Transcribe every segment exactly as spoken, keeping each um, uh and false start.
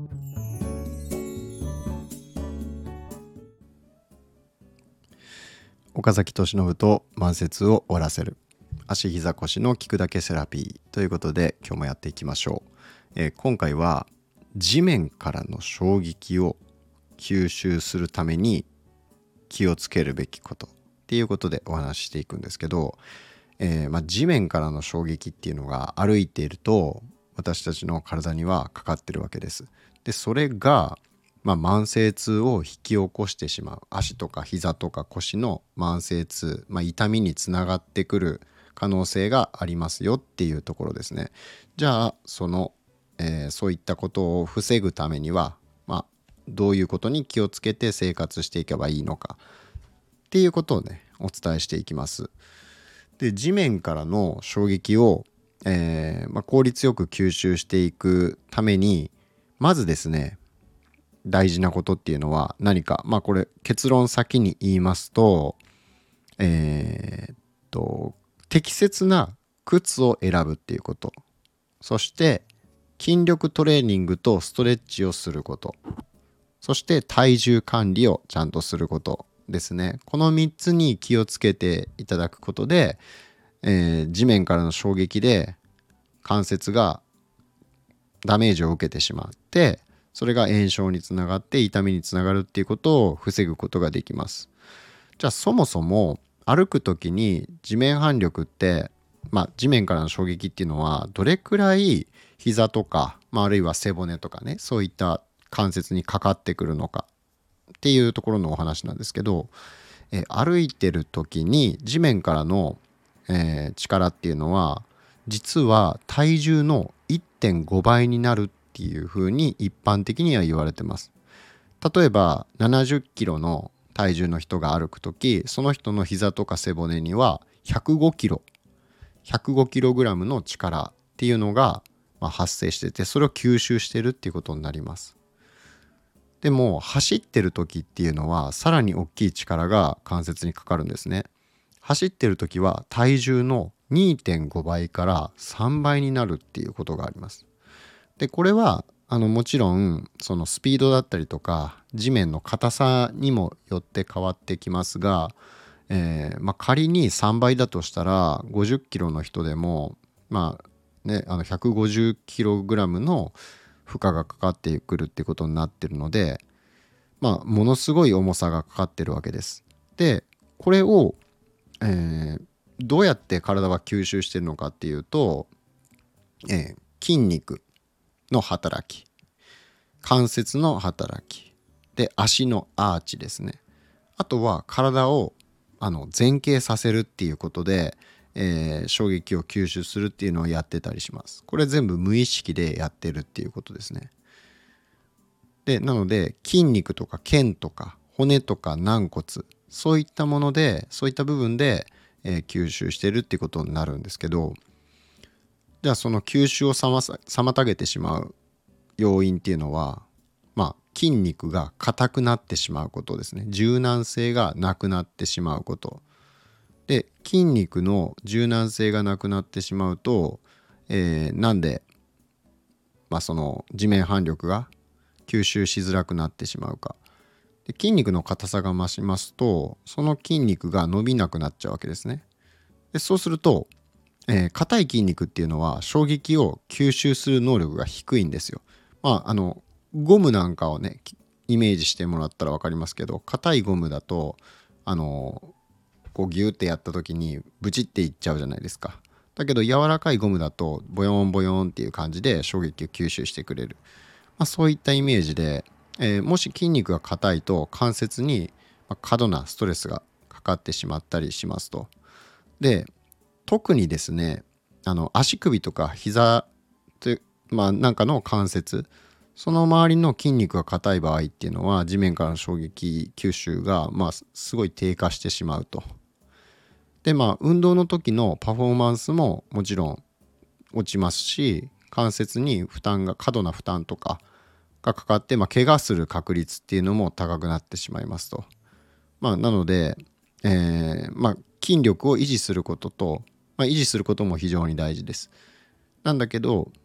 岡崎俊信と慢性を終わらせる足膝腰の聞くだけセラピーということで、今日もやっていきましょう。えー、今回は地面からの衝撃を吸収するために気をつけるべきことっていうことでお話ししていくんですけど、えーまあ、地面からの衝撃っていうのが歩いていると私たちの体にはかかってるわけです。でそれが、まあ、慢性痛を引き起こしてしまう、足とか膝とか腰の慢性痛、まあ、痛みにつながってくる可能性がありますよっていうところですね。じゃあその、えー、そういったことを防ぐためには、まあ、どういうことに気をつけて生活していけばいいのかっていうことをねお伝えしていきます。で地面からの衝撃を、えーまあ、効率よく吸収していくために、まずですね大事なことっていうのは何か、まあこれ結論先に言いますと、えー、っと適切な靴を選ぶっていうこと、そして筋力トレーニングとストレッチをすること、そして体重管理をちゃんとすることですね。このみっつに気をつけていただくことで、えー、地面からの衝撃で関節がダメージを受けてしまって、それが炎症につながって痛みにつながるっていうことを防ぐことができます。じゃあそもそも歩くときに地面反力って、まあ、地面からの衝撃っていうのはどれくらい膝とか、まあ、あるいは背骨とかね、そういった関節にかかってくるのかっていうところのお話なんですけど、え歩いてる時に地面からの、えー力っていうのは実は体重のいってんごばいになるっていうふうに一般的には言われてます。例えばななじゅっキロの体重の人が歩くとき、その人の膝とか背骨にはひゃくごキロ、ひゃくごキログラムの力っていうのがまあ発生してて、それを吸収してるっていうことになります。でも走ってる時っていうのはさらに大きい力が関節にかかるんですね。走ってる時は体重のにてんごばいからさんばいになるっていうことがあります。でこれはあのもちろんそのスピードだったりとか地面の硬さにもよって変わってきますが、えーまあ、仮にさんばいだとしたらごじゅっキロの人でもまあねあのひゃくごじゅっキログラムの負荷がかかってくるってことになってるので、まあものすごい重さがかかってるわけです。でこれを、えーどうやって体は吸収してるのかっていうと、えー筋肉の働き、関節の働きで足のアーチですね。あとは体をあの前傾させるっていうことで、えー衝撃を吸収するっていうのをやってたりします。これ全部無意識でやってるっていうことですね。でなので筋肉とか腱とか骨とか軟骨、そういったものでそういった部分で、えー吸収してるっていうことになるんですけど、じゃあその吸収をさまさ妨げてしまう要因っていうのは、まあ筋肉が硬くなってしまうことですね。柔軟性がなくなってしまうことで、筋肉の柔軟性がなくなってしまうと、えーなんで、まあ、その地面反力が吸収しづらくなってしまうか。で筋肉の硬さが増しますと、その筋肉が伸びなくなっちゃうわけですね。でそうすると、えー硬い筋肉っていうのは衝撃を吸収する能力が低いんですよ。まああのゴムなんかをねイメージしてもらったら分かりますけど、硬いゴムだとあのこうギューってやった時にブチっていっちゃうじゃないですか。だけど柔らかいゴムだとボヨンボヨンっていう感じで衝撃を吸収してくれる、まあ、そういったイメージで、えーもし筋肉が硬いと関節にまあ過度なストレスがかかってしまったりしますと。で特にですねあの足首とか膝ってまあなんかの関節、その周りの筋肉が硬い場合っていうのは地面からの衝撃吸収がまあすごい低下してしまうと。でまあ運動の時のパフォーマンスももちろん落ちますし、関節に負担が過度な負担とかがかかって、まあ、怪我する確率っていうのも高くなってしまいますと。まあなので、えーまあ筋力を維持することと、まあ、維持することも非常に大事です。なんだけど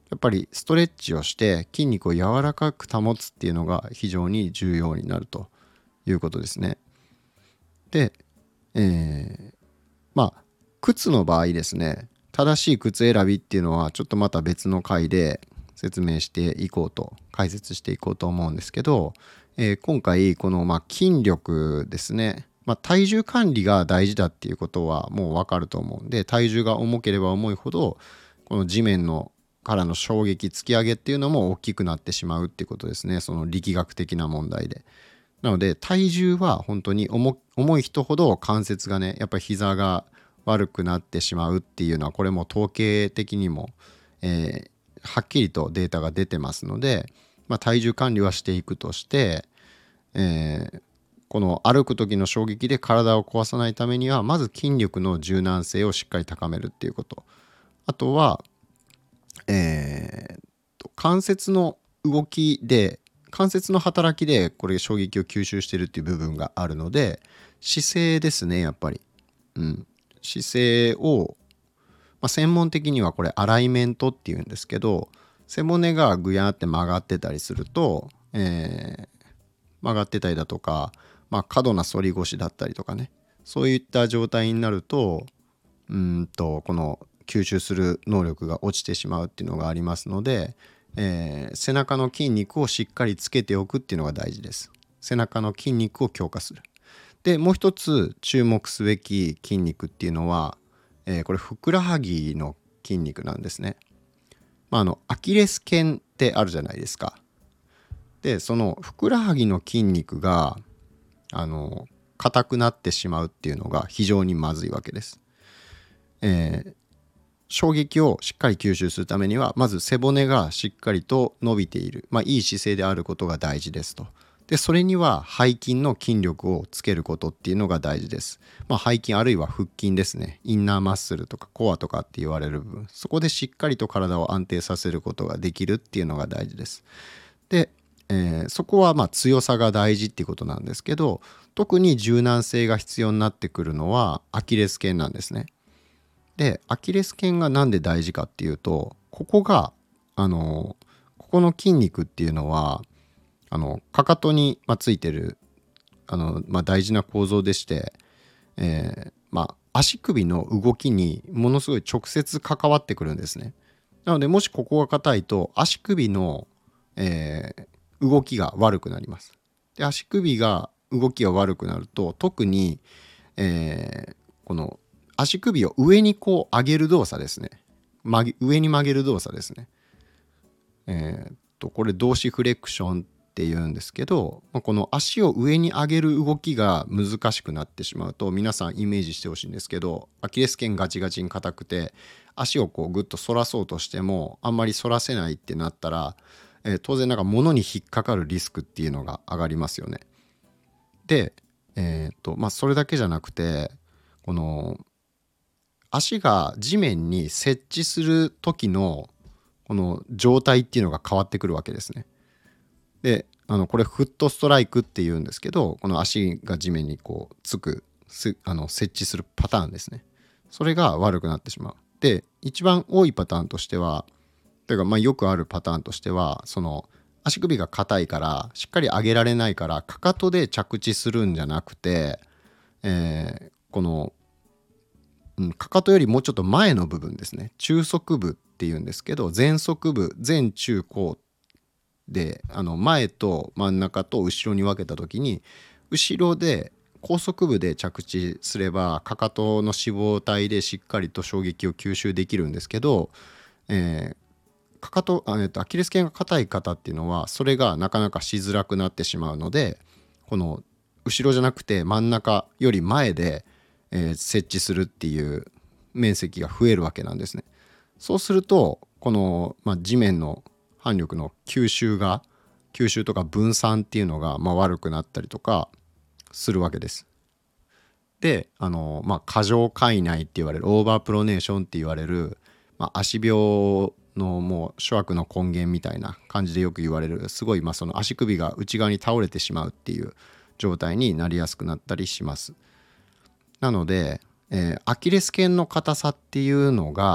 やっぱりストレッチをして筋肉を柔らかく保つっていうのが非常に重要になるということですね。で、えー、まあ靴の場合ですね、正しい靴選びっていうのはちょっとまた別の回で説明していこうと解説していこうと思うんですけど、えー今回このまあ筋力ですね、まあ、体重管理が大事だっていうことはもう分かると思うんで、体重が重ければ重いほどこの地面のからの衝撃突き上げっていうのも大きくなってしまうっていうことですね、その力学的な問題で。なので体重は本当に 重, 重い人ほど関節がねやっぱり膝が悪くなってしまうっていうのはこれも統計的にも、えーはっきりとデータが出てますので、まあ、体重管理はしていくとして、えーこの歩く時の衝撃で体を壊さないためにはまず筋力の柔軟性をしっかり高めるっていうこと。あとは、えーと関節の動きで関節の働きでこれ衝撃を吸収してるっていう部分があるので、姿勢ですねやっぱり、うん、姿勢を、まあ、専門的にはこれアライメントっていうんですけど、背骨がぐやーって曲がってたりすると、えー曲がってたりだとか、まあ、過度な反り腰だったりとかね、そういった状態になるとうーんとこの吸収する能力が落ちてしまうっていうのがありますので、えー背中の筋肉をしっかりつけておくっていうのが大事です。背中の筋肉を強化する。でもう一つ注目すべき筋肉っていうのは、えーこれふくらはぎの筋肉なんですね。まあ、あのアキレス腱ってあるじゃないですか。でそのふくらはぎの筋肉があの硬くなってしまうっていうのが非常にまずいわけです。えー衝撃をしっかり吸収するためにはまず背骨がしっかりと伸びている、まあ、いい姿勢であることが大事ですと。でそれには背筋の筋力をつけることっていうのが大事です。まあ、背筋あるいは腹筋ですね、インナーマッスルとかコアとかって言われる部分、そこでしっかりと体を安定させることができるっていうのが大事です。で、えーそこはまあ強さが大事っていうことなんですけど、特に柔軟性が必要になってくるのはアキレス腱なんですね。でアキレス腱がなんで大事かっていうと、ここがあのここの筋肉っていうのはあのかかとに、まあ、ついてるあの、まあ、大事な構造でして、えーまあ、足首の動きにものすごい直接関わってくるんですね。なのでもしここが硬いと足首の、えー動きが悪くなります。で足首が動きが悪くなると特に、えーこの足首を上にこう上げる動作ですね。曲げ上に曲げる動作ですね。えーっとこれ動詞フレクションっていうんですけど、まあこの足を上に上げる動きが難しくなってしまうと、皆さんイメージしてほしいんですけど、アキレス腱ガチガチに硬くて足をこうグッと反らそうとしてもあんまり反らせないってなったら、えー当然なんか物に引っかかるリスクっていうのが上がりますよね。で、えーっとまあそれだけじゃなくて、この足が地面に接地する時のこの状態っていうのが変わってくるわけですね。であのこれフットストライクっていうんですけど、この足が地面にこうつくすあの接地するパターンですね。それが悪くなってしまう。で一番多いパターンとしては、というかまあよくあるパターンとしては、その足首が硬いからしっかり上げられないからかかとで着地するんじゃなくて、えーこのうん、かかとよりもうちょっと前の部分ですね、中側部っていうんですけど、前側部前中後であの前と真ん中と後ろに分けた時に、後ろで高速部で着地すればかかとの脂肪体でしっかりと衝撃を吸収できるんですけど、えーかかとあ、えっと、アキレス腱が硬い方っていうのはそれがなかなかしづらくなってしまうので、この後ろじゃなくて真ん中より前で、えー設置するっていう面積が増えるわけなんですね。そうするとこの、まあ、地面の反力の吸収が吸収とか分散っていうのが、まあ、悪くなったりとかするわけです。であの、まあ、過剰開内って言われるオーバープロネーションって言われる、まあ、足病のもう諸悪の根源みたいな感じでよく言われる、すごい、まあ、その足首が内側に倒れてしまうっていう状態になりやすくなったりします。なので、えーアキレス腱の硬さっていうのが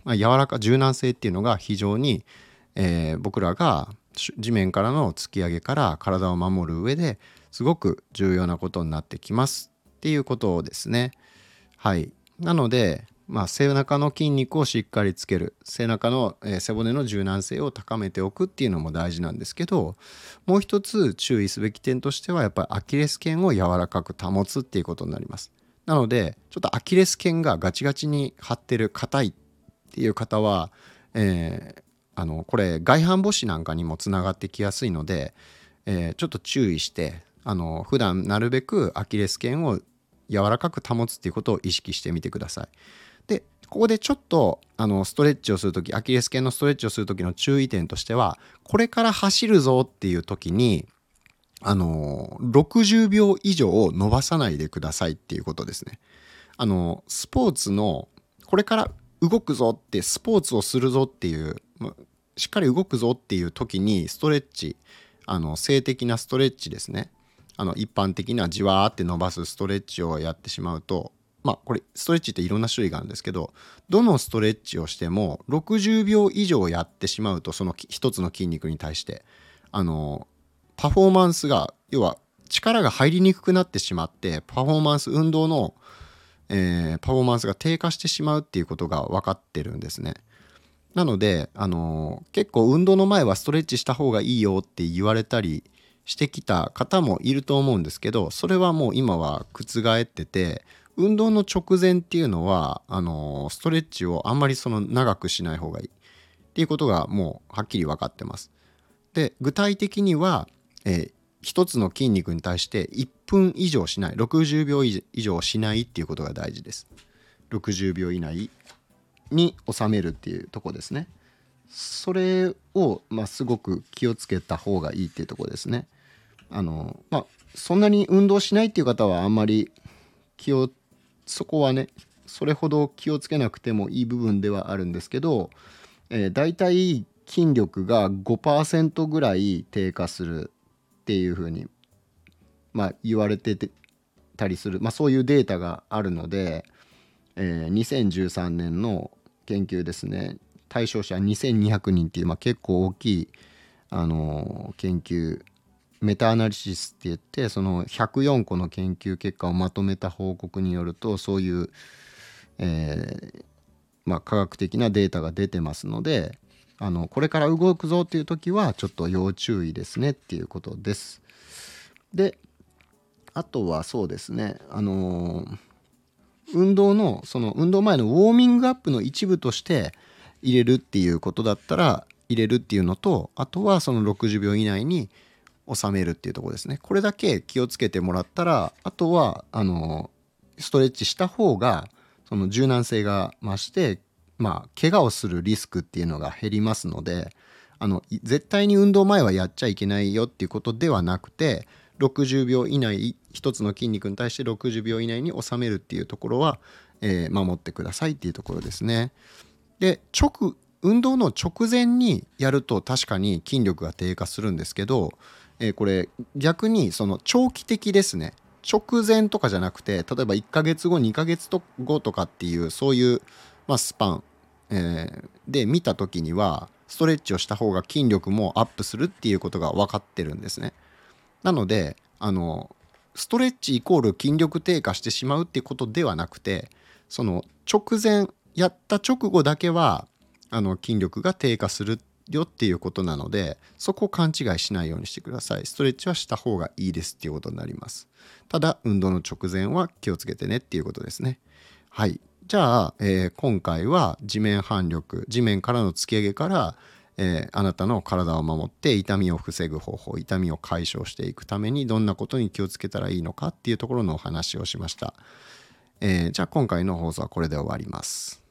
まあ、柔らか柔軟性っていうのが非常に、えー僕らが地面からの突き上げから体を守る上ですごく重要なことになってきますっていうことですね。はい。なので、まあ、背中の筋肉をしっかりつける、背中の、えー背骨の柔軟性を高めておくっていうのも大事なんですけど、もう一つ注意すべき点としてはやっぱりアキレス腱を柔らかく保つっていうことになります。なのでちょっとアキレス腱がガチガチに張ってる硬いっていう方は、えーあのこれ外反母趾なんかにもつながってきやすいので、えーちょっと注意してあの普段なるべくアキレス腱を柔らかく保つっていうことを意識してみてください。でここでちょっとあのストレッチをするとき、アキレス腱のストレッチをするときの注意点としては、これから走るぞっていう時にあのろくじゅうびょう以上伸ばさないでくださいっていうことですね。あのスポーツのこれから動くぞってスポーツをするぞっていうましっかり動くぞっていう時にストレッチ、あの静的なストレッチですね、あの一般的なじわーって伸ばすストレッチをやってしまうと、まあこれストレッチっていろんな種類があるんですけど、どのストレッチをしてもろくじゅうびょう以上やってしまうと、その一つの筋肉に対してあのパフォーマンスが、要は力が入りにくくなってしまって、パフォーマンス運動の、えーパフォーマンスが低下してしまうっていうことが分かってるんですね。なので、あのー結構運動の前はストレッチした方がいいよって言われたりしてきた方もいると思うんですけど、それはもう今は覆ってて、運動の直前っていうのはあのーストレッチをあんまりその長くしない方がいいっていうことがもうはっきり分かってます。で具体的には、えー一つの筋肉に対していっぷん以上しない、ろくじゅうびょう以上しないっていうことが大事です。ろくじゅうびょう以内に収めるっていうとこですね。それを、まあ、すごく気をつけた方がいいっていうとこですね。あのまあそんなに運動しないっていう方はあんまり気をそこはねそれほど気をつけなくてもいい部分ではあるんですけど、えー、だいたい筋力が ごパーセント ぐらい低下するっていうふうに、まあ、言われてたりする、まあ、そういうデータがあるので、えーにせんじゅうさんねんの研究ですね、対象者にせんにひゃくにんっていう、まあ、結構大きい、あのー研究、メタアナリシスって言って、そのひゃくよんこの研究結果をまとめた報告によると、そういう、えーまあ、科学的なデータが出てますので、あのこれから動くぞっていう時はちょっと要注意ですねっていうことです。であとはそうですね、あのー運動のその運動前のウォーミングアップの一部として入れるっていうことだったら入れるっていうのと、あとはそのろくじゅうびょう以内に収めるっていうところですね。これだけ気をつけてもらったら、あとはあのストレッチした方がその柔軟性が増して、まあ怪我をするリスクっていうのが減りますので、あの絶対に運動前はやっちゃいけないよっていうことではなくて、ろくじゅうびょう以内、一つの筋肉に対してろくじゅうびょう以内に収めるっていうところは、えー守ってくださいっていうところですね。で直運動の直前にやると確かに筋力が低下するんですけど、えーこれ逆にその長期的ですね、直前とかじゃなくて、例えばいっかげつごにかげつごとかっていうそういう、まあ、スパン、えーで見た時にはストレッチをした方が筋力もアップするっていうことが分かってるんですね。なのであのストレッチイコール筋力低下してしまうっていうことではなくて、その直前やった直後だけはあの筋力が低下するよっていうことなので、そこを勘違いしないようにしてください。ストレッチはした方がいいですっていうことになります。ただ運動の直前は気をつけてねっていうことですね。はい。じゃあ、えー今回は地面反力、地面からの突き上げから、えーあなたの体を守って痛みを防ぐ方法、痛みを解消していくためにどんなことに気をつけたらいいのかっていうところのお話をしました。えーじゃあ今回の放送はこれで終わります。